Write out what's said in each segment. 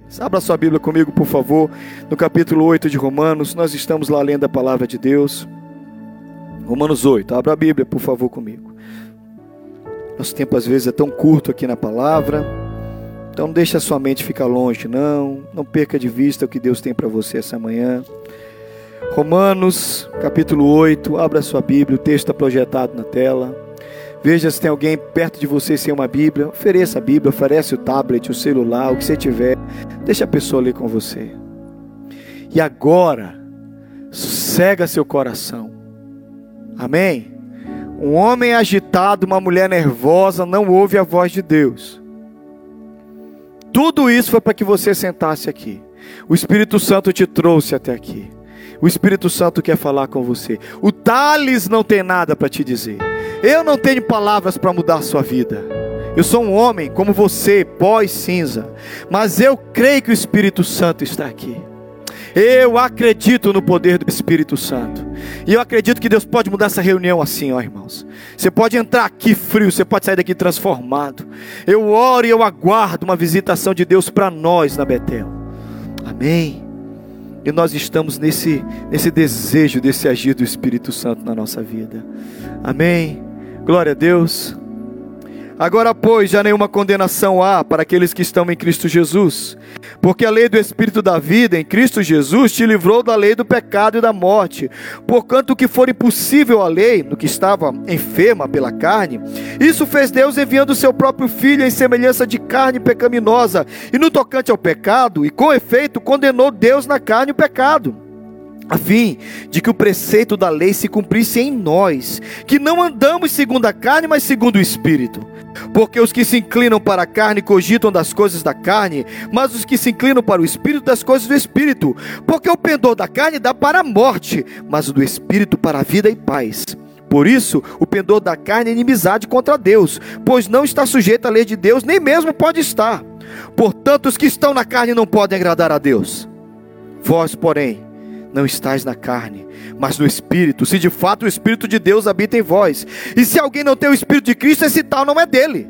Abra sua Bíblia comigo, por favor, no capítulo 8 de Romanos. Nós estamos lá lendo a palavra de Deus. Romanos 8, abra a Bíblia, por favor, comigo. Nosso tempo às vezes é tão curto aqui na palavra, então não deixe a sua mente ficar longe, não perca de vista o que Deus tem para você essa manhã. Romanos, capítulo 8, abra a sua Bíblia, o texto está projetado na tela. Veja se tem alguém perto de você sem uma Bíblia. Ofereça a Bíblia, oferece o tablet, o celular, o que você tiver. Deixa a pessoa ler com você. E agora, sossega seu coração. Amém? Um homem agitado, uma mulher nervosa, não ouve a voz de Deus. Tudo isso foi para que você sentasse aqui. O Espírito Santo te trouxe até aqui. O Espírito Santo quer falar com você. O Thales não tem nada para te dizer. Eu não tenho palavras para mudar a sua vida. Eu sou um homem como você, pó e cinza. Mas eu creio que o Espírito Santo está aqui. Eu acredito no poder do Espírito Santo. E eu acredito que Deus pode mudar essa reunião assim, ó irmãos. Você pode entrar aqui frio, você pode sair daqui transformado. Eu oro e eu aguardo uma visitação de Deus para nós na Betel. Amém. E nós estamos nesse desejo, desse agir do Espírito Santo na nossa vida. Amém. Glória a Deus. Agora, pois, já nenhuma condenação há para aqueles que estão em Cristo Jesus, porque a lei do Espírito da vida em Cristo Jesus te livrou da lei do pecado e da morte. Porquanto o que for impossível à lei, no que estava enferma pela carne, isso fez Deus enviando o seu próprio Filho em semelhança de carne pecaminosa, e no tocante ao pecado, e com efeito condenou Deus na carne o pecado, a fim de que o preceito da lei se cumprisse em nós, que não andamos segundo a carne, mas segundo o Espírito. Porque os que se inclinam para a carne cogitam das coisas da carne, mas os que se inclinam para o Espírito, das coisas do Espírito. Porque o pendor da carne dá para a morte, mas o do Espírito para a vida e paz. Por isso, o pendor da carne é inimizade contra Deus, pois não está sujeito à lei de Deus, nem mesmo pode estar. Portanto, os que estão na carne não podem agradar a Deus. Vós, porém, não estáis na carne, mas no Espírito, se de fato o Espírito de Deus habita em vós. E se alguém não tem o Espírito de Cristo, esse tal não é dele.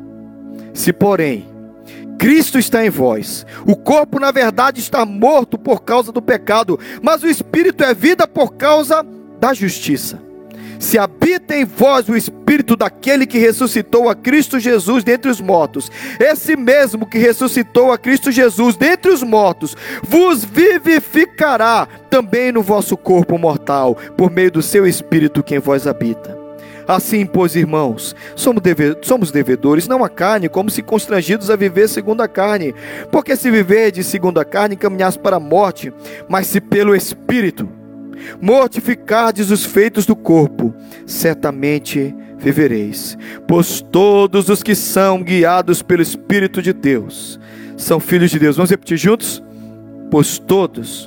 Se porém Cristo está em vós, o corpo na verdade está morto por causa do pecado, mas o Espírito é vida por causa da justiça. Se habita em vós o Espírito daquele que ressuscitou a Cristo Jesus dentre os mortos, esse mesmo que ressuscitou a Cristo Jesus dentre os mortos, vos vivificará também no vosso corpo mortal, por meio do seu Espírito que em vós habita. Assim, pois, irmãos, somos devedores, não à carne, como se constrangidos a viver segundo a carne. Porque se viverdes segundo a carne, encaminhais para a morte, mas se pelo Espírito mortificardes os feitos do corpo, certamente vivereis. Pois todos os que são guiados pelo Espírito de Deus são filhos de Deus. Vamos repetir juntos? Pois todos.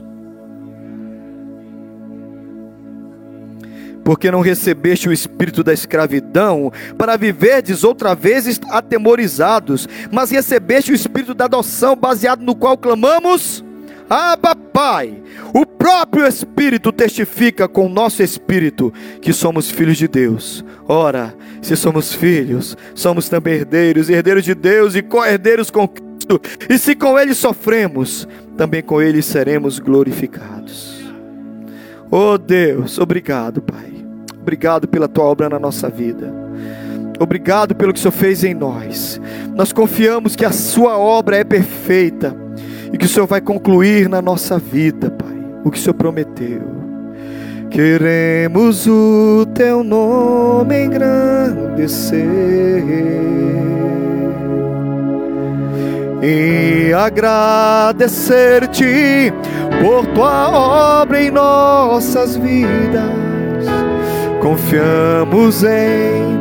Porque não recebeste o espírito da escravidão para viverdes outra vez atemorizados, mas recebeste o espírito da adoção, baseado no qual clamamos: Abba, Pai. O próprio Espírito testifica com o nosso espírito que somos filhos de Deus. Ora, se somos filhos, somos também herdeiros, herdeiros de Deus e co-herdeiros com Cristo. E se com Ele sofremos, também com Ele seremos glorificados. Oh Deus, obrigado, Pai. Obrigado pela Tua obra na nossa vida. Obrigado pelo que o Senhor fez em nós. Nós confiamos que a Sua obra é perfeita e que o Senhor vai concluir na nossa vida, Pai, o que o Senhor prometeu. Queremos o Teu nome engrandecer e agradecer-te por Tua obra em nossas vidas. Confiamos em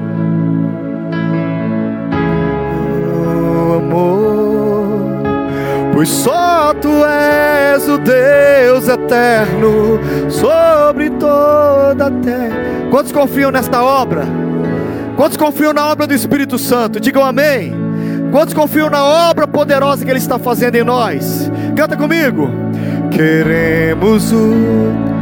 amor, pois só Tu és o Deus eterno sobre toda a terra. Quantos confiam nesta obra? Quantos confiam na obra do Espírito Santo? Digam amém. Quantos confiam na obra poderosa que Ele está fazendo em nós? Canta comigo. Queremos o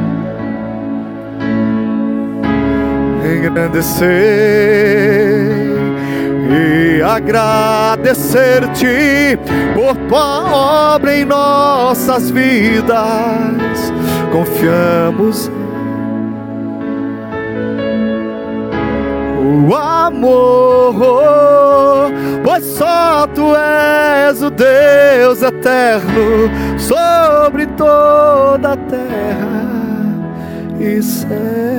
engrandecer e agradecer-te por tua obra em nossas vidas. Confiamos o amor, pois só tu és o Deus eterno sobre toda a terra e céu.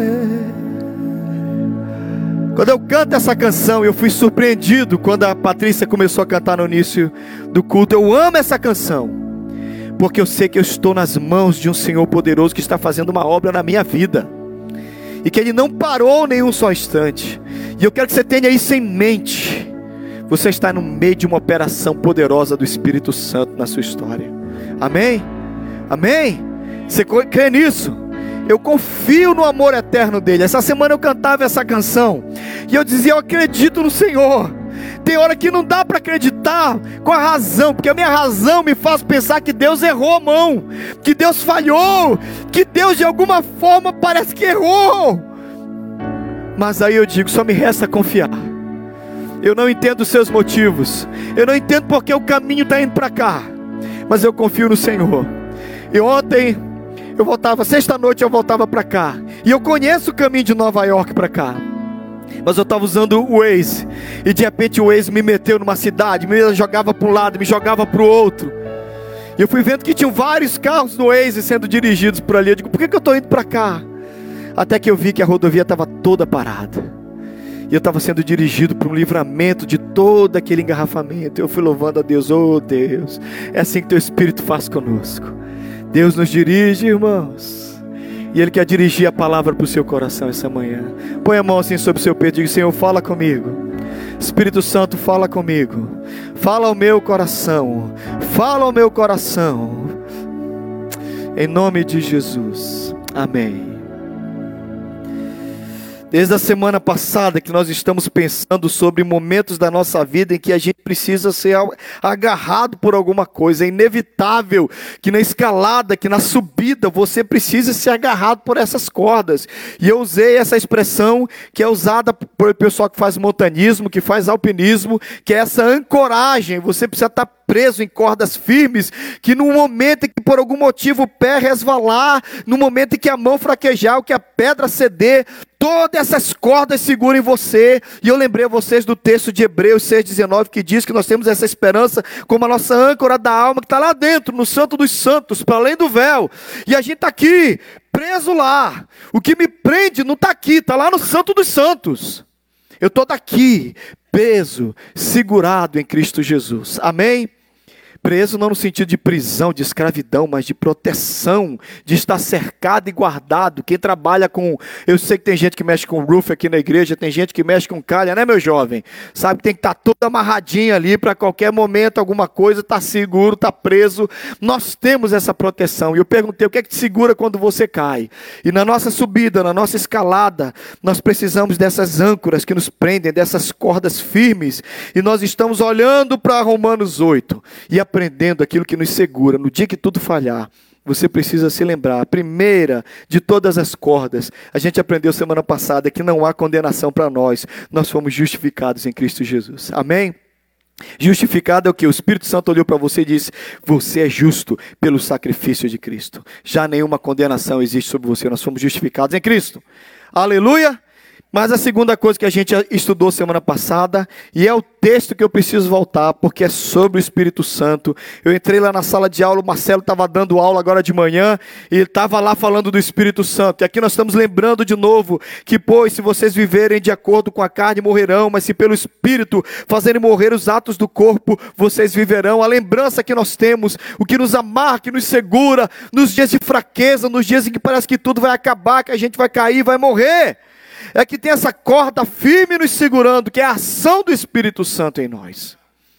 Quando eu canto essa canção, eu fui surpreendido quando a Patrícia começou a cantar no início do culto. Eu amo essa canção, porque eu sei que eu estou nas mãos de um Senhor poderoso que está fazendo uma obra na minha vida, e que Ele não parou nenhum só instante. E eu quero que você tenha isso em mente. Você está no meio de uma operação poderosa do Espírito Santo na sua história. Amém? Amém? Você crê nisso? Eu confio no amor eterno dele. Essa semana eu cantava essa canção e eu dizia: eu acredito no Senhor. Tem hora que não dá para acreditar com a razão, porque a minha razão me faz pensar que Deus errou a mão, que Deus falhou, que Deus de alguma forma parece que errou. Mas aí eu digo: só me resta confiar. Eu não entendo os seus motivos, eu não entendo porque o caminho está indo para cá, mas eu confio no Senhor. E ontem eu voltava, sexta-noite eu voltava para cá, e eu conheço o caminho de Nova York para cá, mas eu estava usando o Waze, e de repente o Waze me meteu numa cidade, me jogava para um lado, me jogava para o outro, e eu fui vendo que tinham vários carros no Waze sendo dirigidos por ali. Eu digo: por que eu estou indo para cá? Até que eu vi que a rodovia estava toda parada, e eu estava sendo dirigido para um livramento de todo aquele engarrafamento. Eu fui louvando a Deus: oh Deus, é assim que teu Espírito faz conosco. Deus nos dirige, irmãos, e Ele quer dirigir a palavra para o seu coração essa manhã. Põe a mão assim sobre o seu peito e diga: Senhor, fala comigo. Espírito Santo, fala comigo. Fala ao meu coração. Fala ao meu coração. Em nome de Jesus. Amém. Desde a semana passada que nós estamos pensando sobre momentos da nossa vida em que a gente precisa ser agarrado por alguma coisa. É inevitável que na escalada, que na subida, você precisa ser agarrado por essas cordas. E eu usei essa expressão que é usada por pessoal que faz montanismo, que faz alpinismo, que é essa ancoragem. Você precisa estar preso em cordas firmes, que no momento em que por algum motivo o pé resvalar, no momento em que a mão fraquejar, ou que a pedra ceder, todas essas cordas seguram em você. E eu lembrei a vocês do texto de Hebreus 6,19, que diz que nós temos essa esperança como a nossa âncora da alma, que está lá dentro, no Santo dos Santos, para além do véu. E a gente está aqui, preso lá. O que me prende não está aqui, está lá no Santo dos Santos. Eu estou daqui, preso, segurado em Cristo Jesus. Amém? Preso não no sentido de prisão, de escravidão, mas de proteção, de estar cercado e guardado. Quem trabalha com... Eu sei que tem gente que mexe com roof aqui na igreja, tem gente que mexe com calha, né, meu jovem? Sabe que tem que estar tudo amarradinho ali, para qualquer momento, alguma coisa, está seguro, está preso. Nós temos essa proteção. E eu perguntei: o que é que te segura quando você cai? E na nossa subida, na nossa escalada, nós precisamos dessas âncoras que nos prendem, dessas cordas firmes. E nós estamos olhando para Romanos 8 e aprendendo aquilo que nos segura. No dia que tudo falhar, você precisa se lembrar, a primeira de todas as cordas, a gente aprendeu semana passada que não há condenação para nós. Nós fomos justificados em Cristo Jesus. Amém? Justificado é o que? O Espírito Santo olhou para você e disse: você é justo pelo sacrifício de Cristo. Já nenhuma condenação existe sobre você. Nós fomos justificados em Cristo. Aleluia! Mas a segunda coisa que a gente estudou semana passada, e é o texto que eu preciso voltar, porque é sobre o Espírito Santo. Eu entrei lá na sala de aula, o Marcelo estava dando aula agora de manhã, e ele estava lá falando do Espírito Santo. E aqui nós estamos lembrando de novo que, pois, se vocês viverem de acordo com a carne, morrerão, mas se pelo Espírito fazerem morrer os atos do corpo, vocês viverão. A lembrança que nós temos, o que nos amarra, que nos segura, nos dias de fraqueza, nos dias em que parece que tudo vai acabar, que a gente vai cair, vai morrer, é que tem essa corda firme nos segurando, que é a ação do Espírito Santo em nós.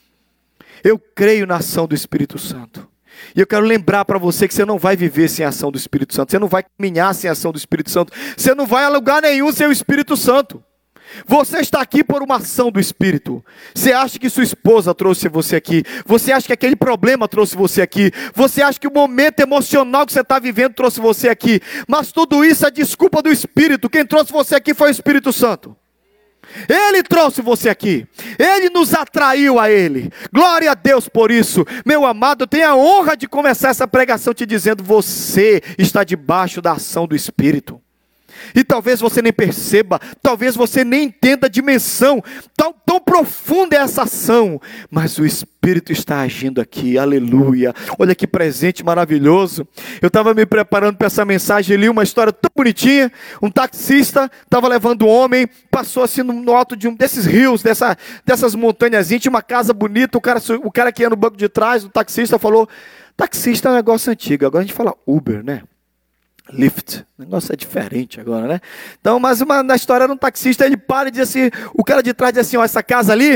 Eu creio na ação do Espírito Santo. E eu quero lembrar para você que você não vai viver sem a ação do Espírito Santo. Você não vai caminhar sem a ação do Espírito Santo. Você não vai a lugar nenhum sem o Espírito Santo. Você está aqui por uma ação do Espírito. Você acha que sua esposa trouxe você aqui? Você acha que aquele problema trouxe você aqui? Você acha que o momento emocional que você está vivendo trouxe você aqui? Mas tudo isso é desculpa do Espírito. Quem trouxe você aqui foi o Espírito Santo. Ele trouxe você aqui. Ele nos atraiu a Ele. Glória a Deus por isso. Meu amado, eu tenho a honra de começar essa pregação te dizendo: você está debaixo da ação do Espírito. E talvez você nem perceba, talvez você nem entenda a dimensão, tão profunda é essa ação, mas o Espírito está agindo aqui, aleluia. Olha que presente maravilhoso. Eu estava me preparando para essa mensagem, li uma história tão bonitinha. Um taxista estava levando um homem, passou assim no alto de um desses rios, dessas montanhazinhas, tinha uma casa bonita. O cara que ia no banco de trás, o taxista falou: taxista é um negócio antigo, agora a gente fala Uber, né? Lyft, o negócio é diferente agora, né? Então, mas na história era um taxista, ele para e diz assim, o cara de trás diz assim: ó, essa casa ali,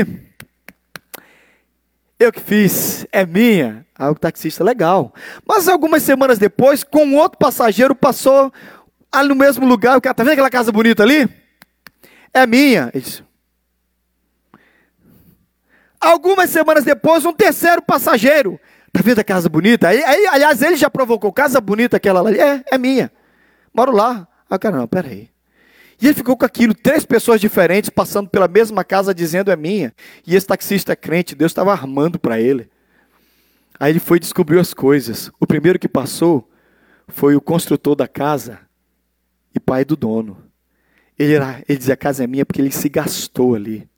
eu que fiz, é minha. Aí o taxista: legal. Mas algumas semanas depois, com um outro passageiro, passou ali no mesmo lugar, o cara: tá vendo aquela casa bonita ali? É minha. Ele disse. Algumas semanas depois, um terceiro passageiro: tá vendo a casa bonita? Aliás, ele já provocou: casa bonita aquela ali. É minha. Moro lá. Aí o cara: não, peraí. E ele ficou com aquilo, 3 pessoas diferentes passando pela mesma casa dizendo: é minha. E esse taxista é crente, Deus estava armando para ele. Aí ele foi e descobriu as coisas. O primeiro que passou foi o construtor da casa e pai do dono. Ele dizia: a casa é minha, porque ele se gastou ali.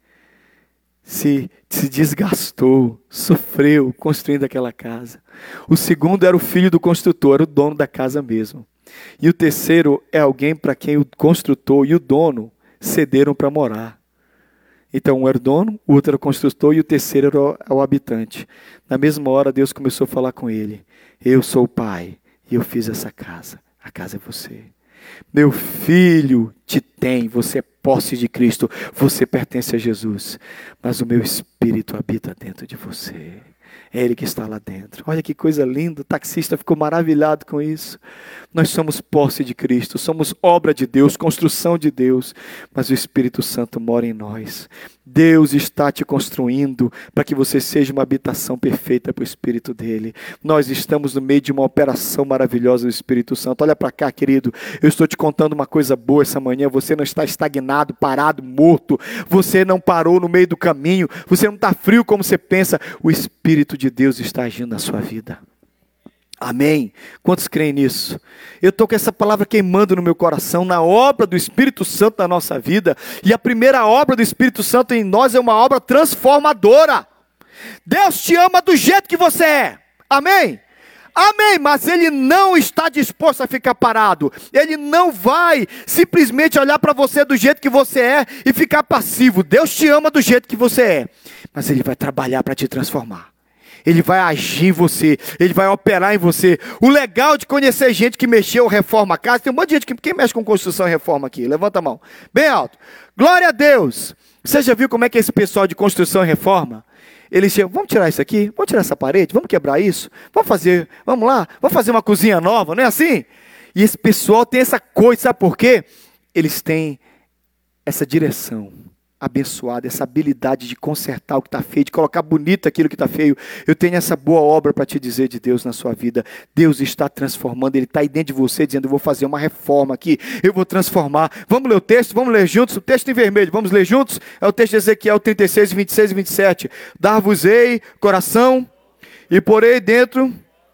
Se desgastou, sofreu construindo aquela casa. O segundo era o filho do construtor, era o dono da casa mesmo. E o terceiro é alguém para quem o construtor e o dono cederam para morar. Então um era o dono, o outro era o construtor e o terceiro era o habitante. Na mesma hora Deus começou a falar com ele: eu sou o pai e eu fiz essa casa. A casa é você. Meu filho te tem, você é posse de Cristo, você pertence a Jesus, mas o meu Espírito habita dentro de você. É Ele que está lá dentro. Olha que coisa linda, o taxista ficou maravilhado com isso. Nós somos posse de Cristo, somos obra de Deus, construção de Deus, mas o Espírito Santo mora em nós. Deus está te construindo para que você seja uma habitação perfeita para o Espírito dEle. Nós estamos no meio de uma operação maravilhosa do Espírito Santo. Olha para cá, querido, eu estou te contando uma coisa boa essa manhã. Você não está estagnado, parado, morto. Você não parou no meio do caminho. Você não está frio como você pensa. O Espírito de Deus está agindo na sua vida. Amém? Quantos creem nisso? Eu estou com essa palavra queimando no meu coração, na obra do Espírito Santo na nossa vida. E a primeira obra do Espírito Santo em nós é uma obra transformadora. Deus te ama do jeito que você é. Amém? Amém, mas Ele não está disposto a ficar parado. Ele não vai simplesmente olhar para você do jeito que você é e ficar passivo. Deus te ama do jeito que você é, mas Ele vai trabalhar para te transformar. Ele vai agir em você, Ele vai operar em você. O legal de conhecer gente que mexeu, reforma a casa, tem um monte de gente que, quem mexe com construção e reforma aqui? Levanta a mão, bem alto. Glória a Deus. Você já viu como é que é esse pessoal de construção e reforma? Eles chegam: vamos tirar isso aqui, vamos tirar essa parede, vamos quebrar isso, vamos lá, vamos fazer uma cozinha nova, não é assim? E esse pessoal tem essa coisa, sabe por quê? Eles têm essa direção abençoada, essa habilidade de consertar o que está feio, de colocar bonito aquilo que está feio. Eu tenho essa boa obra para te dizer de Deus na sua vida. Deus está transformando, Ele está aí dentro de você dizendo: eu vou fazer uma reforma aqui, eu vou transformar. Vamos ler o texto, vamos ler juntos, o texto em vermelho, vamos ler juntos? É o texto de Ezequiel 36, 26 e 27. Dar-vos-ei coração e porei dentro...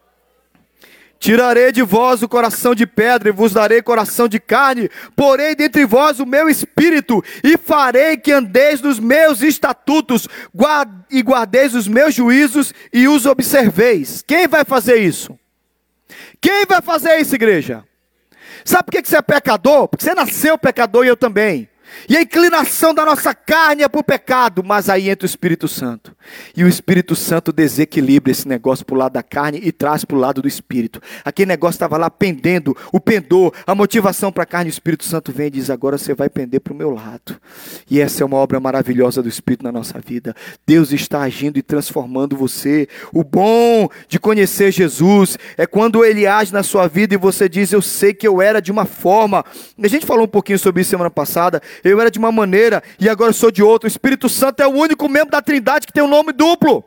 Tirarei de vós o coração de pedra e vos darei coração de carne, porei dentre vós o meu espírito e farei que andeis nos meus estatutos e guardeis os meus juízos e os observeis. Quem vai fazer isso? Quem vai fazer isso, igreja? Sabe por que você é pecador? Porque você nasceu pecador e eu também. E a inclinação da nossa carne é para o pecado, mas aí entra o Espírito Santo. E o Espírito Santo desequilibra esse negócio para o lado da carne e traz para o lado do Espírito. Aquele negócio estava lá pendendo, o pendor, a motivação para a carne. O Espírito Santo vem e diz: agora você vai pender para o meu lado. E essa é uma obra maravilhosa do Espírito na nossa vida. Deus está agindo e transformando você. O bom de conhecer Jesus é quando Ele age na sua vida e você diz: eu sei que eu era de uma forma. A gente falou um pouquinho sobre isso semana passada. Eu era de uma maneira e agora eu sou de outra. O Espírito Santo é o único membro da Trindade que tem um nome duplo.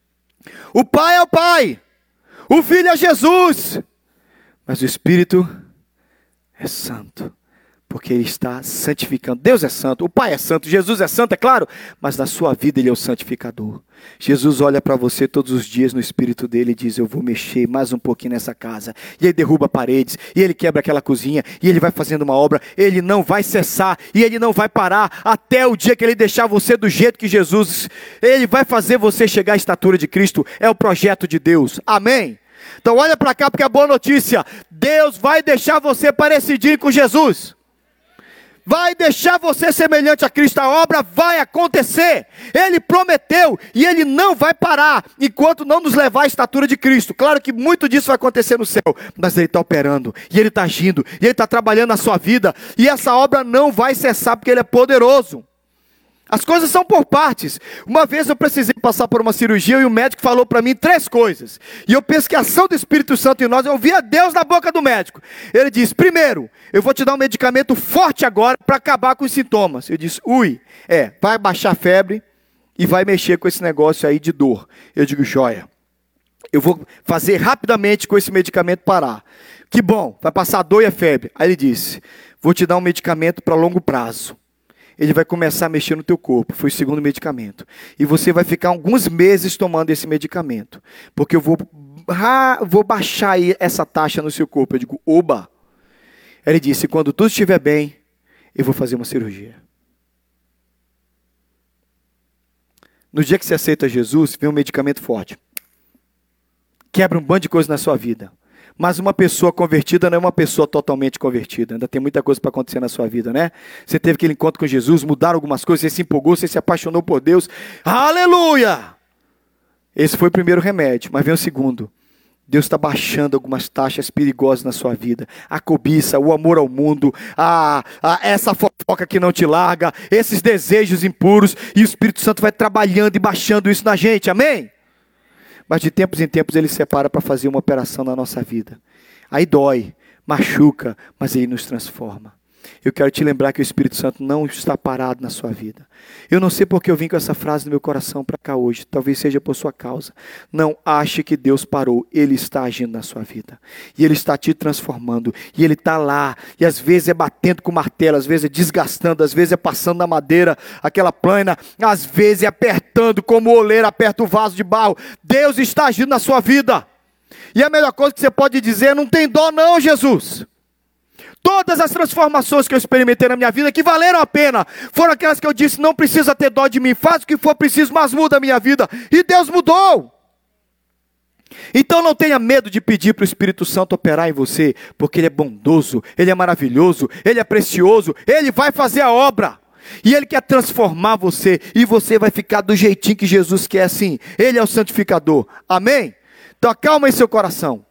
O Pai é o Pai, o Filho é Jesus, mas o Espírito é Santo. Porque Ele está santificando. Deus é santo, o Pai é santo, Jesus é santo, é claro, mas na sua vida Ele é o santificador. Jesus olha para você todos os dias no Espírito dele e diz: eu vou mexer mais um pouquinho nessa casa. E Ele derruba paredes, e Ele quebra aquela cozinha, e Ele vai fazendo uma obra. Ele não vai cessar, e Ele não vai parar, até o dia que Ele deixar você do jeito que Jesus, Ele vai fazer você chegar à estatura de Cristo. É o projeto de Deus, amém? Então olha para cá, porque é boa notícia. Deus vai deixar você parecidinho com Jesus. Vai deixar você semelhante a Cristo. A obra vai acontecer. Ele prometeu e Ele não vai parar enquanto não nos levar à estatura de Cristo. Claro que muito disso vai acontecer no céu, mas Ele está operando, e Ele está agindo, e Ele está trabalhando na sua vida, e essa obra não vai cessar porque Ele é poderoso. As coisas são por partes. Uma vez eu precisei passar por uma cirurgia e o médico falou para mim 3 coisas. E eu penso que a ação do Espírito Santo em nós, eu ouvia Deus na boca do médico. Ele disse: primeiro, eu vou te dar um medicamento forte agora para acabar com os sintomas. Eu disse: vai baixar a febre e vai mexer com esse negócio aí de dor. Eu digo: joia. Eu vou fazer rapidamente com esse medicamento parar. Que bom, vai passar a dor e a febre. Aí ele disse: vou te dar um medicamento para longo prazo. Ele vai começar a mexer no teu corpo. Foi o segundo medicamento. E você vai ficar alguns meses tomando esse medicamento. Porque eu vou baixar aí essa taxa no seu corpo. Eu digo: oba. Ele disse: quando tudo estiver bem, eu vou fazer uma cirurgia. No dia que você aceita Jesus, vem um medicamento forte. Quebra um bando de coisas na sua vida. Mas uma pessoa convertida não é uma pessoa totalmente convertida. Ainda tem muita coisa para acontecer na sua vida, né? Você teve aquele encontro com Jesus, mudaram algumas coisas, você se empolgou, você se apaixonou por Deus. Aleluia! Esse foi o primeiro remédio, mas vem o segundo. Deus está baixando algumas taxas perigosas na sua vida. A cobiça, o amor ao mundo, essa fofoca que não te larga, esses desejos impuros, e o Espírito Santo vai trabalhando e baixando isso na gente, amém? Mas de tempos em tempos Ele separa para fazer uma operação na nossa vida. Aí dói, machuca, mas Ele nos transforma. Eu quero te lembrar que o Espírito Santo não está parado na sua vida. Eu não sei porque eu vim com essa frase no meu coração para cá hoje. Talvez seja por sua causa. Não ache que Deus parou. Ele está agindo na sua vida. E Ele está te transformando. E Ele está lá. E às vezes é batendo com martelo. Às vezes é desgastando. Às vezes é passando na madeira, aquela plana. Às vezes é apertando como o oleiro aperta o vaso de barro. Deus está agindo na sua vida. E a melhor coisa que você pode dizer: não tem dó não, Jesus. Todas as transformações que eu experimentei na minha vida, que valeram a pena, foram aquelas que eu disse: não precisa ter dó de mim, faz o que for preciso, mas muda a minha vida. E Deus mudou. Então não tenha medo de pedir para o Espírito Santo operar em você, porque Ele é bondoso, Ele é maravilhoso, Ele é precioso, Ele vai fazer a obra. E Ele quer transformar você, e você vai ficar do jeitinho que Jesus quer, assim. Ele é o santificador, amém? Então acalma em seu coração.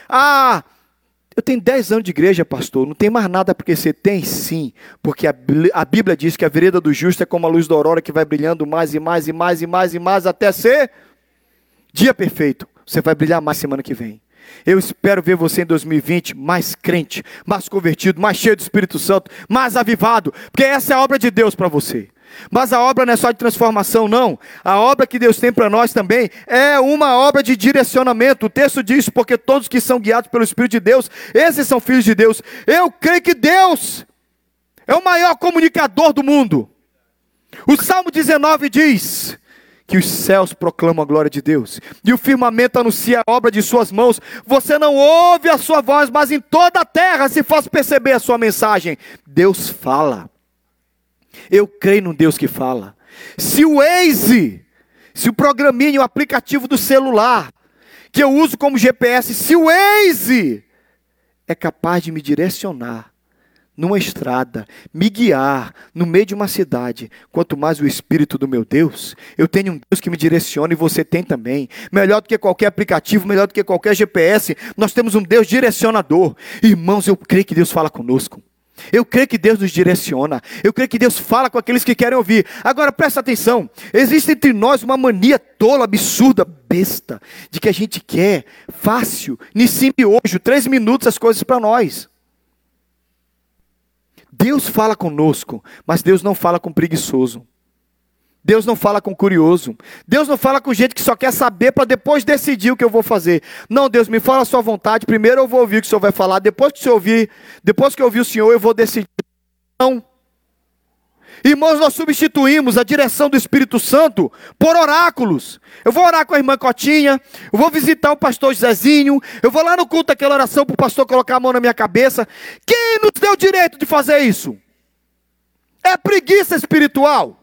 Eu tenho 10 anos de igreja, pastor, não tem mais nada, porque você tem sim, porque a Bíblia diz que a vereda do justo é como a luz da aurora que vai brilhando mais e mais e mais e mais e mais até ser dia perfeito. Você vai brilhar mais semana que vem. Eu espero ver você em 2020 mais crente, mais convertido, mais cheio do Espírito Santo, mais avivado, porque essa é a obra de Deus para você. Mas a obra não é só de transformação, não. A obra que Deus tem para nós também é uma obra de direcionamento. O texto diz: porque todos que são guiados pelo Espírito de Deus, esses são filhos de Deus. Eu creio que Deus é o maior comunicador do mundo. O Salmo 19 diz que os céus proclamam a glória de Deus, e o firmamento anuncia a obra de suas mãos. Você não ouve a sua voz, mas em toda a terra se faz perceber a sua mensagem. Deus fala. Eu creio num Deus que fala. Se o Waze, se o programinha, o aplicativo do celular, que eu uso como GPS, se o Waze é capaz de me direcionar numa estrada, me guiar no meio de uma cidade, quanto mais o Espírito do meu Deus. Eu tenho um Deus que me direciona, e você tem também. Melhor do que qualquer aplicativo, melhor do que qualquer GPS, nós temos um Deus direcionador. Irmãos, eu creio que Deus fala conosco. Eu creio que Deus nos direciona. Eu creio que Deus fala com aqueles que querem ouvir. Agora presta atenção. Existe entre nós uma mania tola, absurda, besta, de que a gente quer fácil, nisso e hoje, 3 minutos as coisas para nós. Deus fala conosco, mas Deus não fala com preguiçoso. Deus não fala com curioso. Deus não fala com gente que só quer saber para depois decidir o que eu vou fazer. Não, Deus, me fala a sua vontade. Primeiro eu vou ouvir o que o Senhor vai falar. Depois que eu ouvir o Senhor, eu vou decidir. Não. Irmãos, nós substituímos a direção do Espírito Santo por oráculos. Eu vou orar com a irmã Cotinha, eu vou visitar o pastor Zezinho, eu vou lá no culto daquela oração para o pastor colocar a mão na minha cabeça. Quem nos deu o direito de fazer isso? É preguiça espiritual.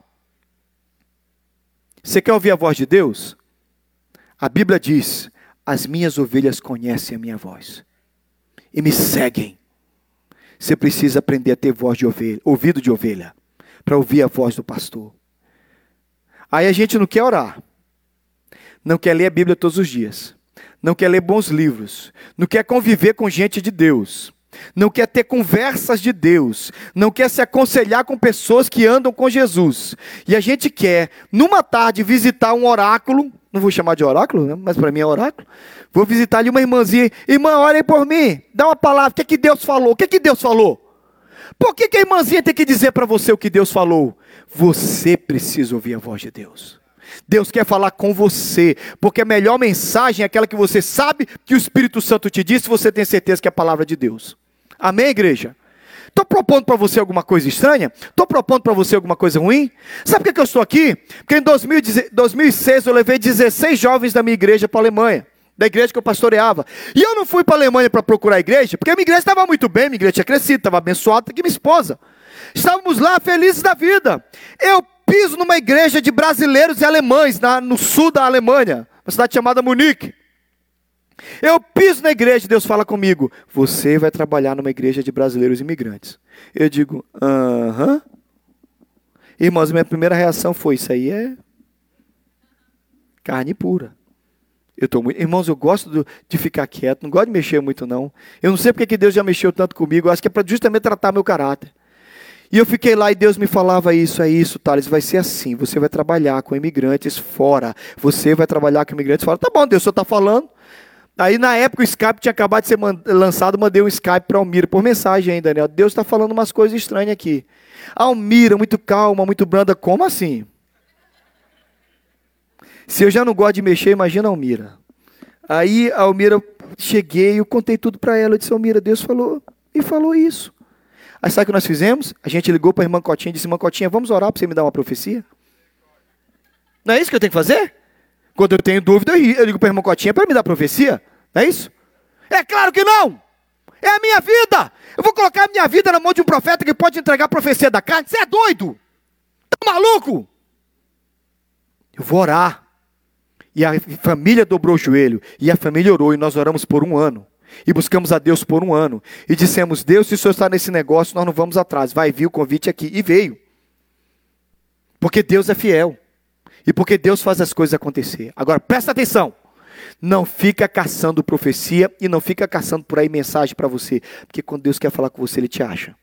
Você quer ouvir a voz de Deus? A Bíblia diz: as minhas ovelhas conhecem a minha voz e me seguem. Você precisa aprender a ter voz de ovelha, ouvido de ovelha, para ouvir a voz do pastor. Aí a gente não quer orar, não quer ler a Bíblia todos os dias, não quer ler bons livros, não quer conviver com gente de Deus, não quer ter conversas de Deus, não quer se aconselhar com pessoas que andam com Jesus. E a gente quer, numa tarde, visitar um oráculo. Não vou chamar de oráculo, né? Mas para mim é oráculo. Vou visitar ali uma irmãzinha. Irmã, ora aí por mim, dá uma palavra. O que é que Deus falou? O que é que Deus falou? Por que a irmãzinha tem que dizer para você o que Deus falou? Você precisa ouvir a voz de Deus. Deus quer falar com você, porque a melhor mensagem é aquela que você sabe que o Espírito Santo te disse, e você tem certeza que é a palavra de Deus. Amém, igreja? Estou propondo para você alguma coisa estranha? Estou propondo para você alguma coisa ruim? Sabe por que eu estou aqui? Porque em 2006 eu levei 16 jovens da minha igreja para a Alemanha, da igreja que eu pastoreava. E eu não fui para a Alemanha para procurar a igreja, porque a minha igreja estava muito bem, minha igreja tinha crescido, estava abençoada, aqui minha esposa. Estávamos lá felizes da vida. Eu piso numa igreja de brasileiros e alemães, no sul da Alemanha, uma cidade chamada Munique. Eu piso na igreja, Deus fala comigo: você vai trabalhar numa igreja de brasileiros imigrantes. Eu digo: aham. Irmãos, minha primeira reação foi: isso aí é carne pura. Irmãos, eu gosto de ficar quieto, não gosto de mexer muito não. Eu não sei porque que Deus já mexeu tanto comigo, eu acho que é para justamente tratar meu caráter. E eu fiquei lá e Deus me falava: isso, é isso, Thales, vai ser assim, você vai trabalhar com imigrantes fora, você vai trabalhar com imigrantes fora. Tá bom, Deus, o senhor está falando. Aí na época o Skype tinha acabado de ser lançado, mandei um Skype para a Almira, por mensagem ainda, né? Deus está falando umas coisas estranhas aqui. A Almira, muito calma, muito branda, como assim? Se eu já não gosto de mexer, imagina a Almira. Aí a Almira, cheguei, eu contei tudo para ela, eu disse: Almira, Deus falou, e falou isso. Aí sabe o que nós fizemos? A gente ligou para a irmã Cotinha e disse: irmã Cotinha, vamos orar para você me dar uma profecia? Não é isso que eu tenho que fazer? Quando eu tenho dúvida, eu ligo para a irmã Cotinha para me dar profecia. Não é isso? É claro que não! É a minha vida! Eu vou colocar a minha vida na mão de um profeta que pode entregar a profecia da carne? Você é doido? Tá maluco? Eu vou orar. E a família dobrou o joelho. E a família orou. E nós oramos por 1 ano. E buscamos a Deus por 1 ano. E dissemos: Deus, se o Senhor está nesse negócio, nós não vamos atrás. Vai vir o convite aqui. E veio. Porque Deus é fiel. E porque Deus faz as coisas acontecer. Agora, presta atenção. Não fica caçando profecia e não fica caçando por aí mensagem para você. Porque quando Deus quer falar com você, Ele te acha.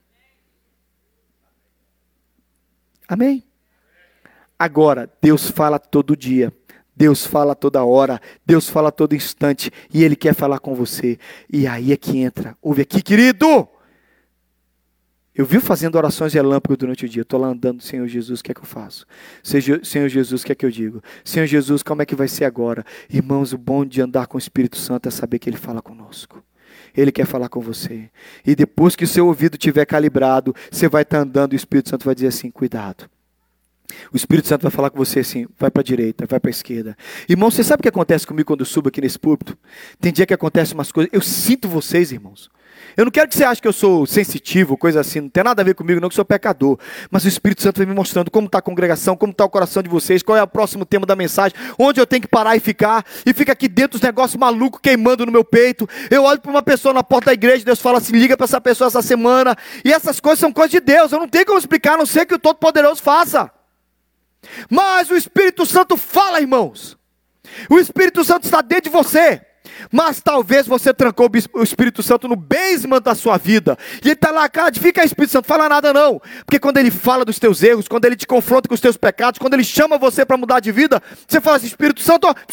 Amém? Agora, Deus fala todo dia. Deus fala toda hora. Deus fala todo instante. E Ele quer falar com você. E aí é que entra. Ouve aqui, querido. Eu vivo fazendo orações relâmpago durante o dia. Estou lá andando: Senhor Jesus, o que é que eu faço? Senhor Jesus, o que é que eu digo? Senhor Jesus, como é que vai ser agora? Irmãos, o bom de andar com o Espírito Santo é saber que Ele fala conosco. Ele quer falar com você. E depois que o seu ouvido estiver calibrado, você vai estar andando e o Espírito Santo vai dizer assim: cuidado. O Espírito Santo vai falar com você assim: vai para a direita, vai para a esquerda. Irmão, você sabe o que acontece comigo quando eu subo aqui nesse púlpito? Tem dia que acontece umas coisas. Eu sinto vocês, irmãos. Eu não quero que você ache que eu sou sensitivo, coisa assim, não tem nada a ver comigo, não, que eu sou pecador. Mas o Espírito Santo vem me mostrando como está a congregação, como está o coração de vocês, qual é o próximo tema da mensagem, onde eu tenho que parar e fica aqui dentro os negócios malucos queimando no meu peito. Eu olho para uma pessoa na porta da igreja, Deus fala assim: liga para essa pessoa essa semana. E essas coisas são coisas de Deus, eu não tenho como explicar, a não ser que o Todo-Poderoso faça. Mas o Espírito Santo fala, irmãos. O Espírito Santo está dentro de você. Mas talvez você trancou o Espírito Santo no basement da sua vida. E ele está lá: cara, fica aí, Espírito Santo, fala nada não. Porque quando ele fala dos teus erros, quando ele te confronta com os teus pecados, quando ele chama você para mudar de vida, você fala assim: Espírito Santo, ó,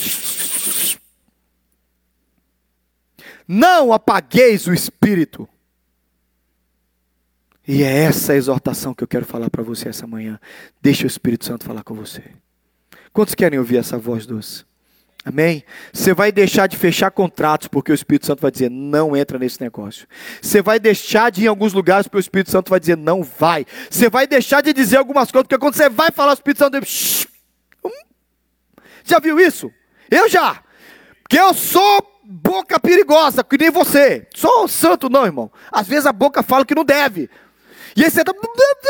não apagueis o Espírito. E é essa a exortação que eu quero falar para você essa manhã. Deixa o Espírito Santo falar com você. Quantos querem ouvir essa voz doce? Amém? Você vai deixar de fechar contratos, porque o Espírito Santo vai dizer, não entra nesse negócio. Você vai deixar de ir em alguns lugares, porque o Espírito Santo vai dizer, não vai. Você vai deixar de dizer algumas coisas, porque quando você vai falar, o Espírito Santo diz, já viu isso? Eu já. Porque eu sou boca perigosa, que nem você. Sou santo não, irmão. Às vezes a boca fala que não deve. E aí você está...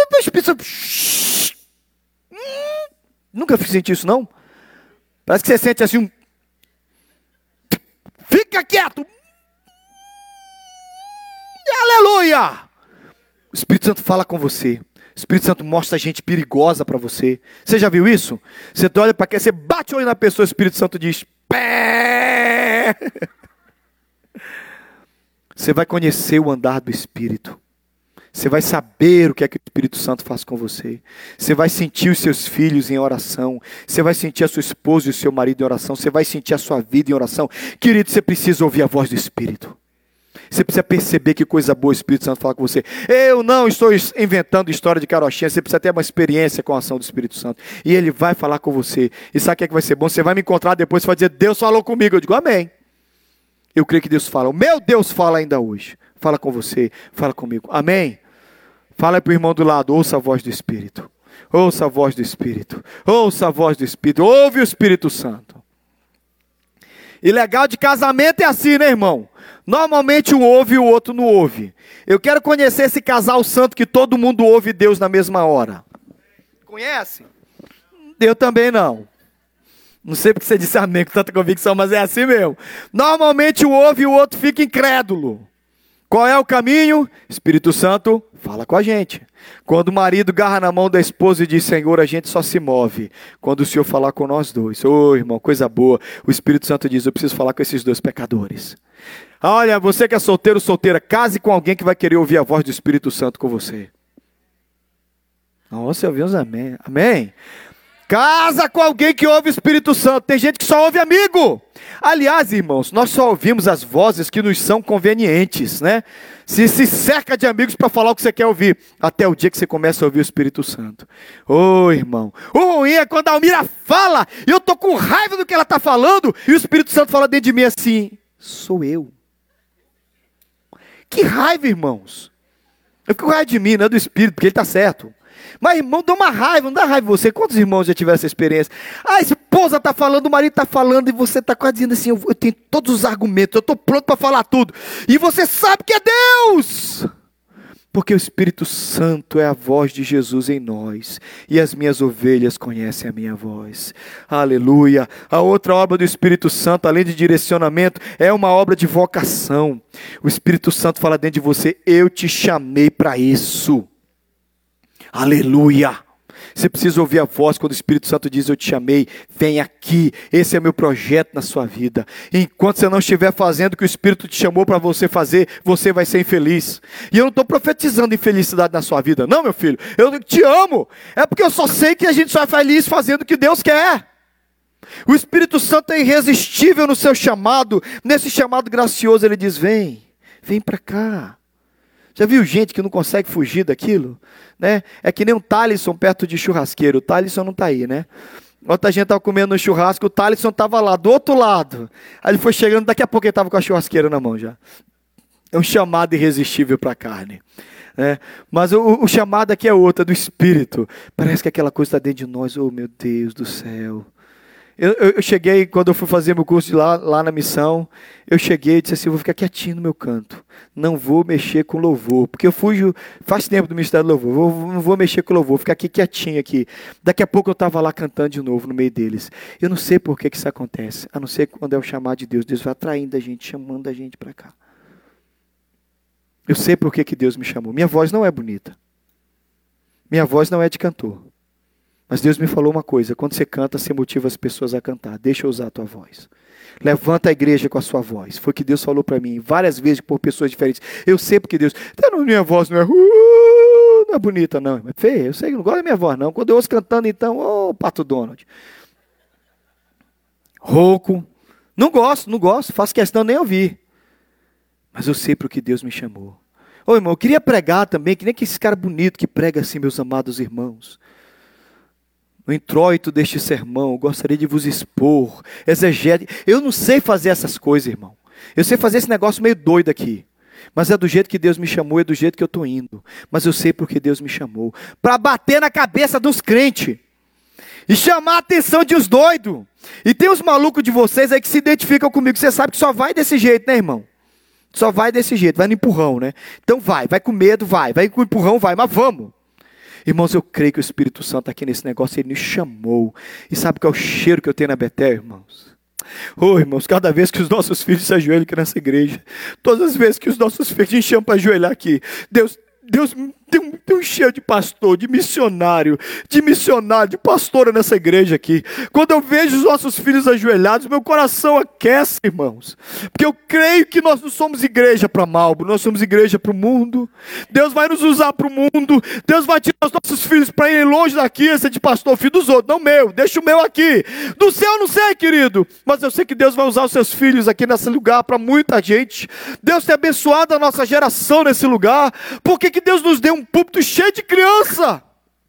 Nunca senti isso, não? Parece que você sente assim um... Fica quieto. Aleluia. O Espírito Santo fala com você. O Espírito Santo mostra gente perigosa para você. Você já viu isso? Você olha para quê? Você bate o olho na pessoa, o Espírito Santo diz... Pé. Você vai conhecer o andar do Espírito. Você vai saber o que é que o Espírito Santo faz com você. Você vai sentir os seus filhos em oração. Você vai sentir a sua esposa e o seu marido em oração. Você vai sentir a sua vida em oração. Querido, você precisa ouvir a voz do Espírito. Você precisa perceber que coisa boa o Espírito Santo fala com você. Eu não estou inventando história de carochinha. Você precisa ter uma experiência com a ação do Espírito Santo. E Ele vai falar com você. E sabe o que é que vai ser bom? Você vai me encontrar depois e vai dizer, Deus falou comigo. Eu digo, amém. Eu creio que Deus fala. O meu Deus fala ainda hoje. Fala com você, fala comigo. Amém? Fala para o irmão do lado, ouça a voz do Espírito. Ouça a voz do Espírito. Ouça a voz do Espírito. Ouve o Espírito Santo. E legal de casamento é assim, né, irmão? Normalmente um ouve e o outro não ouve. Eu quero conhecer esse casal santo que todo mundo ouve Deus na mesma hora. Conhece? Eu também não. Não sei porque você disse amém com tanta convicção, mas é assim mesmo. Normalmente um ouve e o outro fica incrédulo. Qual é o caminho? Espírito Santo fala com a gente. Quando o marido agarra na mão da esposa e diz, Senhor, a gente só se move quando o Senhor falar com nós dois. Ô, irmão, coisa boa. O Espírito Santo diz, eu preciso falar com esses dois pecadores. Olha, você que é solteiro, solteira, case com alguém que vai querer ouvir a voz do Espírito Santo com você. Nossa, eu vi uns amém. Amém? Casa com alguém que ouve o Espírito Santo. Tem gente que só ouve amigo. Aliás, irmãos, nós só ouvimos as vozes que nos são convenientes, né? Se cerca de amigos para falar o que você quer ouvir, até o dia que você começa a ouvir o Espírito Santo. Ô, irmão, o ruim é quando a Almira fala, e eu estou com raiva do que ela está falando, e o Espírito Santo fala dentro de mim assim, sou eu. Que raiva, irmãos. Eu fico com raiva de mim, não é do Espírito, porque ele está certo. Mas, irmão, dá uma raiva, não dá raiva em você. Quantos irmãos já tiveram essa experiência? A esposa está falando, o marido está falando, e você está quase dizendo assim, eu tenho todos os argumentos, eu estou pronto para falar tudo. E você sabe que é Deus. Porque o Espírito Santo é a voz de Jesus em nós. E as minhas ovelhas conhecem a minha voz. Aleluia. A outra obra do Espírito Santo, além de direcionamento, é uma obra de vocação. O Espírito Santo fala dentro de você, eu te chamei para isso. Aleluia. Você precisa ouvir a voz quando o Espírito Santo diz, eu te chamei, vem aqui, esse é meu projeto na sua vida. Enquanto você não estiver fazendo o que o Espírito te chamou para você fazer, você vai ser infeliz. E eu não estou profetizando infelicidade na sua vida, não, meu filho, eu te amo, é porque eu só sei que a gente só é feliz fazendo o que Deus quer. O Espírito Santo é irresistível no seu chamado, nesse chamado gracioso ele diz, vem para cá. Já viu gente que não consegue fugir daquilo? Né? É que nem um Thalisson perto de churrasqueiro. O Thalisson não está aí, né? Outra gente estava comendo no churrasco, o Thalisson estava lá, do outro lado. Aí ele foi chegando, daqui a pouco ele estava com a churrasqueira na mão já. É um chamado irresistível para a carne. Né? Mas o chamado aqui é outro, é do Espírito. Parece que aquela coisa está dentro de nós. Oh, meu Deus do céu. Eu cheguei, quando eu fui fazer meu curso de lá na missão, eu cheguei e disse assim, eu vou ficar quietinho no meu canto, não vou mexer com louvor, porque eu fujo, faz tempo do Ministério do Louvor, não vou mexer com louvor, vou ficar aqui quietinho aqui. Daqui a pouco eu estava lá cantando de novo no meio deles. Eu não sei por que isso acontece, a não ser quando é o chamado de Deus, Deus vai atraindo a gente, chamando a gente para cá. Eu sei por que Deus me chamou, minha voz não é bonita, minha voz não é de cantor. Mas Deus me falou uma coisa, quando você canta, você motiva as pessoas a cantar. Deixa eu usar a tua voz. Levanta a igreja com a sua voz. Foi o que Deus falou para mim, várias vezes por pessoas diferentes. Eu sei porque Deus, minha voz não é bonita não, é feia. Eu sei que não gosto da minha voz não. Quando eu ouço cantando então, Pato Donald. Rouco. Não gosto, faço questão nem ouvir. Mas eu sei porque Deus me chamou. Ô irmão, eu queria pregar também, que nem que esse cara bonito que prega assim, meus amados irmãos. O introito deste sermão, eu gostaria de vos expor, exegético. Eu não sei fazer essas coisas, irmão. Eu sei fazer esse negócio meio doido aqui. Mas é do jeito que Deus me chamou, é do jeito que eu estou indo. Mas eu sei porque Deus me chamou. Para bater na cabeça dos crentes. E chamar a atenção de os doidos. E tem uns malucos de vocês aí que se identificam comigo. Você sabe que só vai desse jeito, né, irmão? Só vai desse jeito, vai no empurrão, né? Então vai com medo, vai com empurrão, vai, mas vamos. Irmãos, eu creio que o Espírito Santo está aqui nesse negócio, ele nos chamou. E sabe qual é o cheiro que eu tenho na Betel, irmãos? Oh, irmãos, cada vez que os nossos filhos se ajoelham aqui nessa igreja, todas as vezes que os nossos filhos nos chamam para ajoelhar aqui, Deus tem um cheiro de pastor, de missionário, de pastora nessa igreja aqui. Quando eu vejo os nossos filhos ajoelhados, meu coração aquece, irmãos. Porque eu creio que nós não somos igreja para Marlboro, nós somos igreja para o mundo. Deus vai nos usar para o mundo. Deus vai tirar os nossos filhos para irem longe daqui, esse de pastor, filho dos outros, não meu, deixa o meu aqui. Do céu eu não sei, querido, mas eu sei que Deus vai usar os seus filhos aqui nesse lugar para muita gente. Deus tem abençoado a nossa geração nesse lugar. Por que Deus nos deu um púlpito cheio de criança?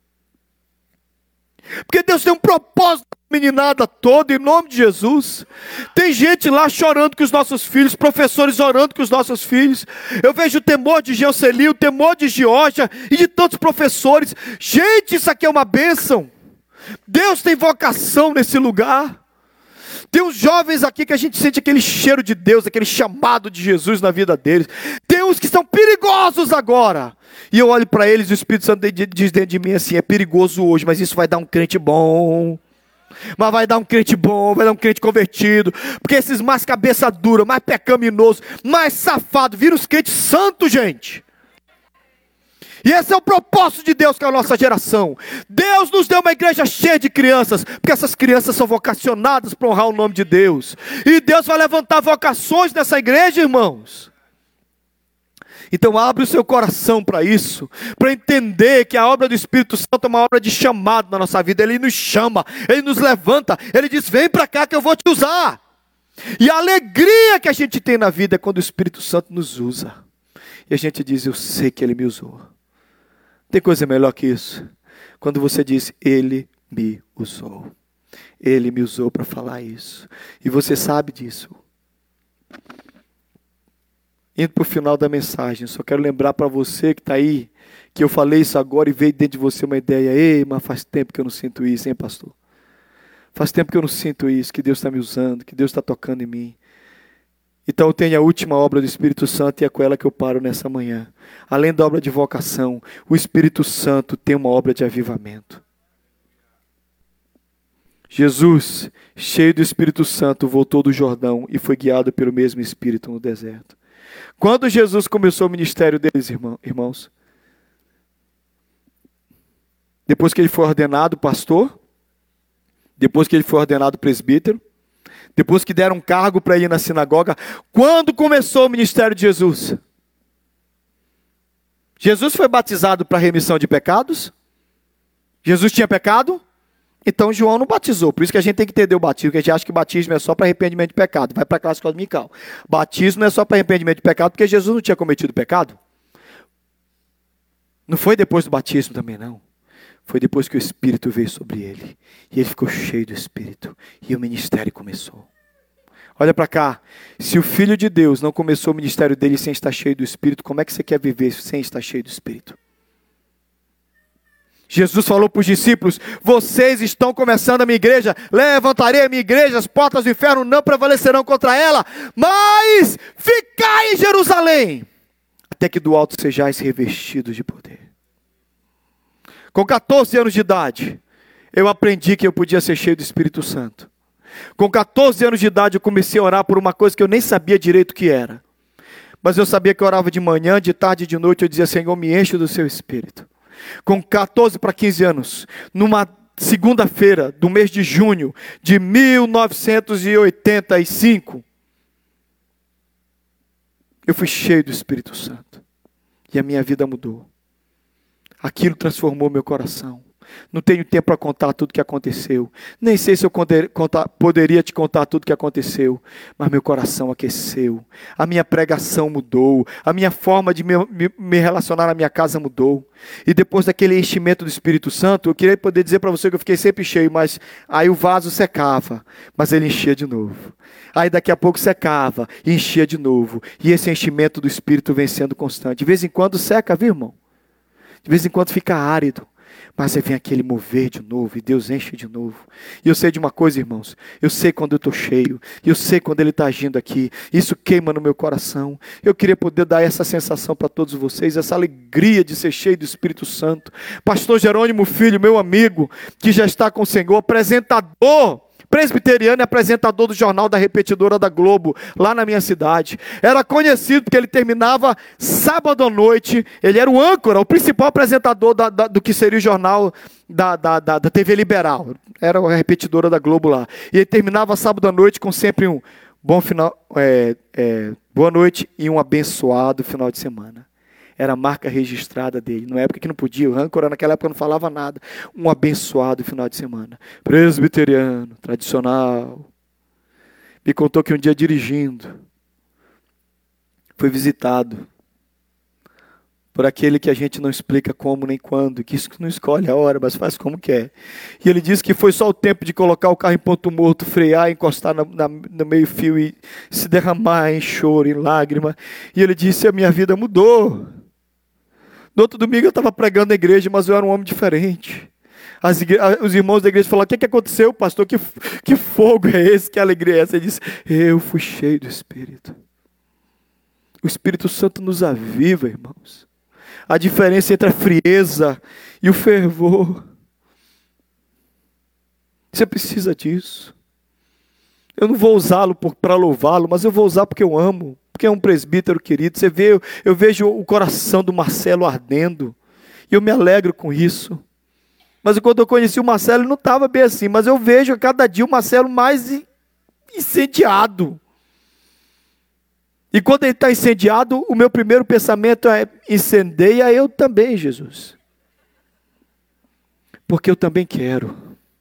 Porque Deus tem um propósito para a meninada toda, em nome de Jesus. Tem gente lá chorando com os nossos filhos, professores orando com os nossos filhos. Eu vejo o temor de Geoceli, o temor de Georgia e de tantos professores. Gente, isso aqui é uma bênção. Deus tem vocação nesse lugar. Tem uns jovens aqui que a gente sente aquele cheiro de Deus, aquele chamado de Jesus na vida deles. Tem uns que são perigosos agora. E eu olho para eles e o Espírito Santo diz dentro de mim assim, é perigoso hoje, mas isso vai dar um crente bom. Mas vai dar um crente bom, vai dar um crente convertido. Porque esses mais cabeça dura, mais pecaminosos, mais safados, viram os crentes santos, gente. E esse é o propósito de Deus com a nossa geração. Deus nos deu uma igreja cheia de crianças, porque essas crianças são vocacionadas para honrar o nome de Deus. E Deus vai levantar vocações nessa igreja, irmãos. Então abre o seu coração para isso, para entender que a obra do Espírito Santo é uma obra de chamado na nossa vida. Ele nos chama, Ele nos levanta, Ele diz, vem para cá que eu vou te usar. E a alegria que a gente tem na vida é quando o Espírito Santo nos usa. E a gente diz, eu sei que Ele me usou. Tem coisa melhor que isso? Quando você diz, Ele me usou. Ele me usou para falar isso. E você sabe disso. Indo para o final da mensagem, só quero lembrar para você que está aí, que eu falei isso agora e veio dentro de você uma ideia. Ei, mas faz tempo que eu não sinto isso, hein, pastor? Faz tempo que eu não sinto isso, que Deus está me usando, que Deus está tocando em mim. Então eu tenho a última obra do Espírito Santo e é com ela que eu paro nessa manhã. Além da obra de vocação, o Espírito Santo tem uma obra de avivamento. Jesus, cheio do Espírito Santo, voltou do Jordão e foi guiado pelo mesmo Espírito no deserto. Quando Jesus começou o ministério deles, irmãos, depois que ele foi ordenado pastor, depois que ele foi ordenado presbítero, depois que deram um cargo para ir na sinagoga, quando começou o ministério de Jesus? Jesus foi batizado para remissão de pecados? Jesus tinha pecado? Então João não batizou. Por isso que a gente tem que entender o batismo, porque a gente acha que batismo é só para arrependimento de pecado. Vai para a classe dominical. Batismo não é só para arrependimento de pecado, porque Jesus não tinha cometido pecado. Não foi depois do batismo também, não. Foi depois que o Espírito veio sobre ele. E ele ficou cheio do Espírito. E o ministério começou. Olha para cá. Se o Filho de Deus não começou o ministério dele sem estar cheio do Espírito, como é que você quer viver sem estar cheio do Espírito? Jesus falou para os discípulos, vocês estão começando a minha igreja, levantarei a minha igreja, as portas do inferno não prevalecerão contra ela, mas ficai em Jerusalém, até que do alto sejais revestidos de poder. Com 14 anos de idade, eu aprendi que eu podia ser cheio do Espírito Santo. Com 14 anos de idade, eu comecei a orar por uma coisa que eu nem sabia direito o que era. Mas eu sabia que eu orava de manhã, de tarde e de noite, eu dizia, Senhor, me enche do seu Espírito. Com 14 para 15 anos, numa segunda-feira do mês de junho de 1985, eu fui cheio do Espírito Santo. E a minha vida mudou. Aquilo transformou meu coração. Não tenho tempo para contar tudo o que aconteceu. Nem sei se eu poderia te contar tudo o que aconteceu. Mas meu coração aqueceu. A minha pregação mudou. A minha forma de me relacionar na minha casa mudou. E depois daquele enchimento do Espírito Santo, eu queria poder dizer para você que eu fiquei sempre cheio, mas aí o vaso secava, mas ele enchia de novo. Aí daqui a pouco secava e enchia de novo. E esse enchimento do Espírito vem sendo constante. De vez em quando seca, viu, irmão? De vez em quando fica árido. Mas aí vem aquele mover de novo e Deus enche de novo. E eu sei de uma coisa, irmãos. Eu sei quando eu estou cheio. E eu sei quando Ele está agindo aqui. Isso queima no meu coração. Eu queria poder dar essa sensação para todos vocês. Essa alegria de ser cheio do Espírito Santo. Pastor Jerônimo Filho, meu amigo, que já está com o Senhor, apresentador presbiteriano e apresentador do Jornal da Repetidora da Globo, lá na minha cidade. Era conhecido porque ele terminava sábado à noite, ele era o âncora, o principal apresentador do que seria o jornal da TV Liberal. Era a Repetidora da Globo lá. E ele terminava sábado à noite com sempre um bom final, boa noite e um abençoado final de semana. Era a marca registrada dele. Na época que não podia, o âncora naquela época não falava nada. Um abençoado final de semana. Presbiteriano, tradicional. Me contou que um dia dirigindo, foi visitado por aquele que a gente não explica como nem quando, que isso não escolhe a hora, mas faz como quer. E ele disse que foi só o tempo de colocar o carro em ponto morto, frear, encostar no meio fio e se derramar em choro, em lágrima. E ele disse, a minha vida mudou. No outro domingo eu estava pregando na igreja, mas eu era um homem diferente. Os irmãos da igreja falaram, o que aconteceu, pastor? Que fogo é esse? Que alegria é essa? Ele disse, eu fui cheio do Espírito. O Espírito Santo nos aviva, irmãos. A diferença entre a frieza e o fervor. Você precisa disso. Eu não vou usá-lo para louvá-lo, mas eu vou usar porque eu amo. Porque é um presbítero querido. Você vê, eu vejo o coração do Marcelo ardendo. E eu me alegro com isso. Mas quando eu conheci o Marcelo, ele não estava bem assim. Mas eu vejo a cada dia o Marcelo mais incendiado. E quando ele está incendiado, o meu primeiro pensamento é, incendeia eu também, Jesus. Porque eu também quero.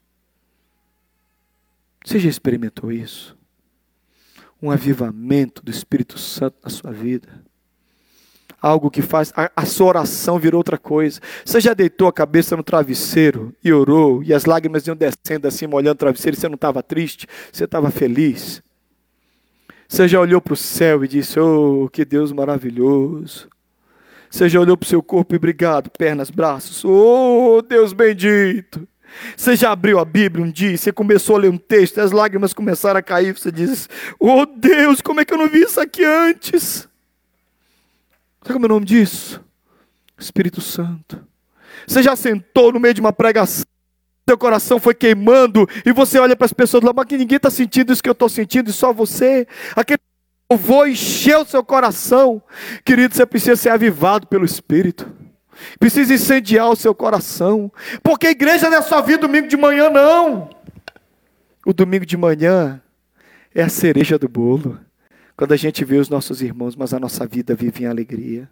Você já experimentou isso? Um avivamento do Espírito Santo na sua vida. Algo que faz a sua oração virou outra coisa. Você já deitou a cabeça no travesseiro e orou, e as lágrimas iam descendo assim, molhando o travesseiro, e você não estava triste, você estava feliz. Você já olhou para o céu e disse, oh, que Deus maravilhoso. Você já olhou para o seu corpo e obrigado, pernas, braços, oh, Deus bendito. Você já abriu a Bíblia um dia, você começou a ler um texto, e as lágrimas começaram a cair, você diz, oh Deus, como é que eu não vi isso aqui antes? Sabe como é o nome disso? Espírito Santo. Você já sentou no meio de uma pregação, seu coração foi queimando, e você olha para as pessoas lá, mas que ninguém está sentindo isso que eu estou sentindo, e só você. Aquele louvor encheu o seu coração. Querido, você precisa ser avivado pelo Espírito. Precisa incendiar o seu coração. Porque a igreja não é só vir domingo de manhã, não. O domingo de manhã é a cereja do bolo. Quando a gente vê os nossos irmãos, mas a nossa vida vive em alegria.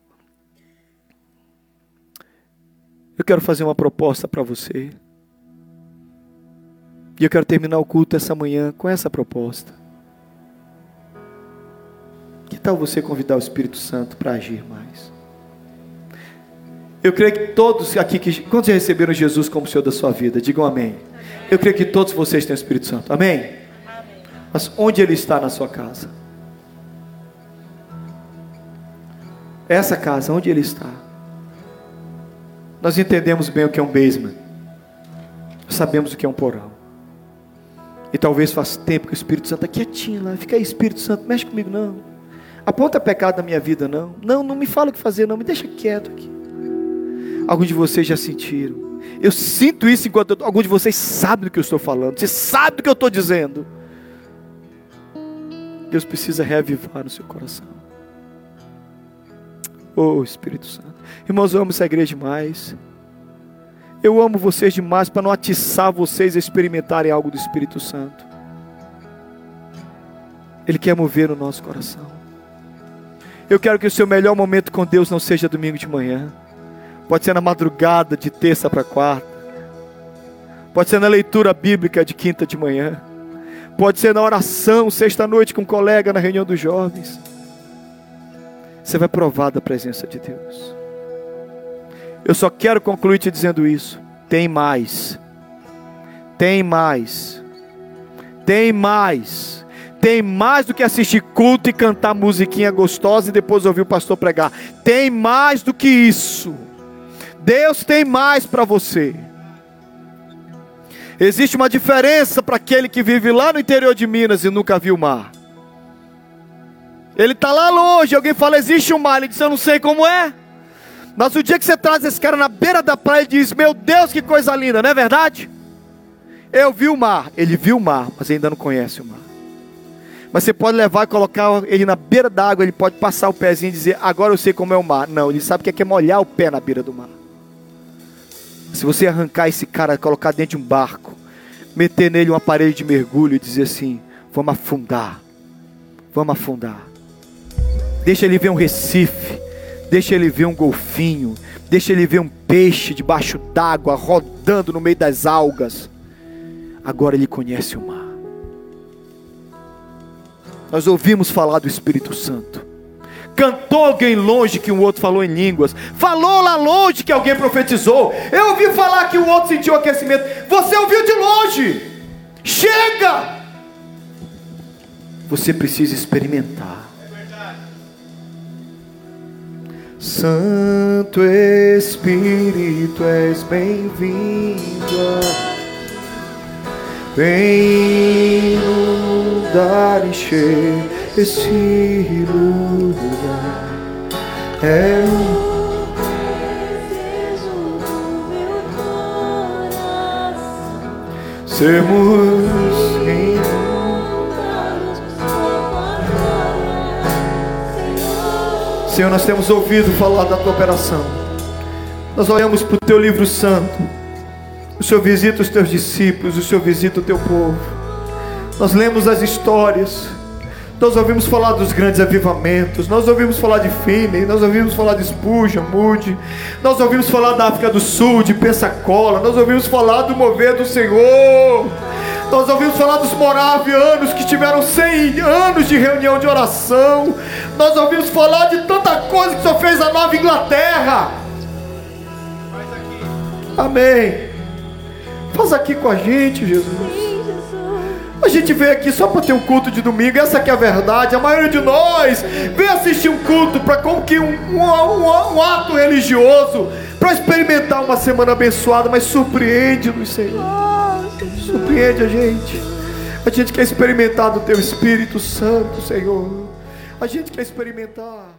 Eu quero fazer uma proposta para você. E eu quero terminar o culto essa manhã com essa proposta. Que tal você convidar o Espírito Santo para agir mais? Eu creio que todos aqui, quantos já receberam Jesus como Senhor da sua vida? Digam amém. Eu creio que todos vocês têm o Espírito Santo. Amém? Mas onde Ele está na sua casa? Essa casa, onde Ele está? Nós entendemos bem o que é um basement. Sabemos o que é um porão. E talvez faz tempo que o Espírito Santo está quietinho lá. Fica aí, Espírito Santo, mexe comigo não. Aponta pecado na minha vida não. Não me fala o que fazer não. Me deixa quieto aqui. Alguns de vocês já sentiram. Eu sinto isso enquanto alguns de vocês sabem do que eu estou falando. Você sabe do que eu estou dizendo. Deus precisa reavivar no seu coração. Oh, Espírito Santo. Irmãos, eu amo essa igreja demais. Eu amo vocês demais para não atiçar vocês a experimentarem algo do Espírito Santo. Ele quer mover no nosso coração. Eu quero que o seu melhor momento com Deus não seja domingo de manhã. Pode ser na madrugada de terça para quarta. Pode ser na leitura bíblica de quinta de manhã. Pode ser na oração, sexta-noite com um colega, na reunião dos jovens. Você vai provar da presença de Deus. Eu só quero concluir te dizendo isso. Tem mais. Tem mais. Tem mais. Tem mais do que assistir culto e cantar musiquinha gostosa e depois ouvir o pastor pregar. Tem mais do que isso. Deus tem mais para você. Existe uma diferença para aquele que vive lá no interior de Minas e nunca viu o mar. Ele está lá longe, alguém fala, existe um mar. Ele diz, eu não sei como é. Mas o dia que você traz esse cara na beira da praia e diz, meu Deus, que coisa linda, não é verdade? Eu vi o mar. Ele viu o mar, mas ainda não conhece o mar. Mas você pode levar e colocar ele na beira da água, ele pode passar o pezinho e dizer, agora eu sei como é o mar. Não, ele sabe que é molhar o pé na beira do mar. Se você arrancar esse cara, colocar dentro de um barco, meter nele um aparelho de mergulho e dizer assim, vamos afundar. Vamos afundar. Deixa ele ver um recife. Deixa ele ver um golfinho. Deixa ele ver um peixe debaixo d'água, rodando no meio das algas. Agora ele conhece o mar. Nós ouvimos falar do Espírito Santo. Cantou alguém longe que um outro falou em línguas. Falou lá longe que alguém profetizou. Eu ouvi falar que o outro sentiu aquecimento. Você ouviu de longe. Chega! Você precisa experimentar. Santo Espírito, és bem-vindo. Vem inundar, encher esse lugar. É o desejo do meu coração. Sermos inundados por sua palavra. Senhor, nós temos ouvido falar da tua operação. Nós olhamos para o teu livro santo. O Senhor visita os teus discípulos, o Senhor visita o teu povo. Nós lemos as histórias. Nós ouvimos falar dos grandes avivamentos. Nós ouvimos falar de Finney. Nós ouvimos falar de Spurgeon, Moody. Nós ouvimos falar da África do Sul, de Pensacola. Nós ouvimos falar do mover do Senhor. Nós ouvimos falar dos moravianos que tiveram 100 anos de reunião de oração. Nós ouvimos falar de tanta coisa que o Senhor fez na Nova Inglaterra. Amém. Faz aqui com a gente, Jesus. A gente veio aqui só para ter um culto de domingo. Essa que é a verdade. A maioria de nós vem assistir um culto para como que um ato religioso, para experimentar uma semana abençoada. Mas surpreende-nos, Senhor. Surpreende a gente. A gente quer experimentar do teu Espírito Santo, Senhor. A gente quer experimentar.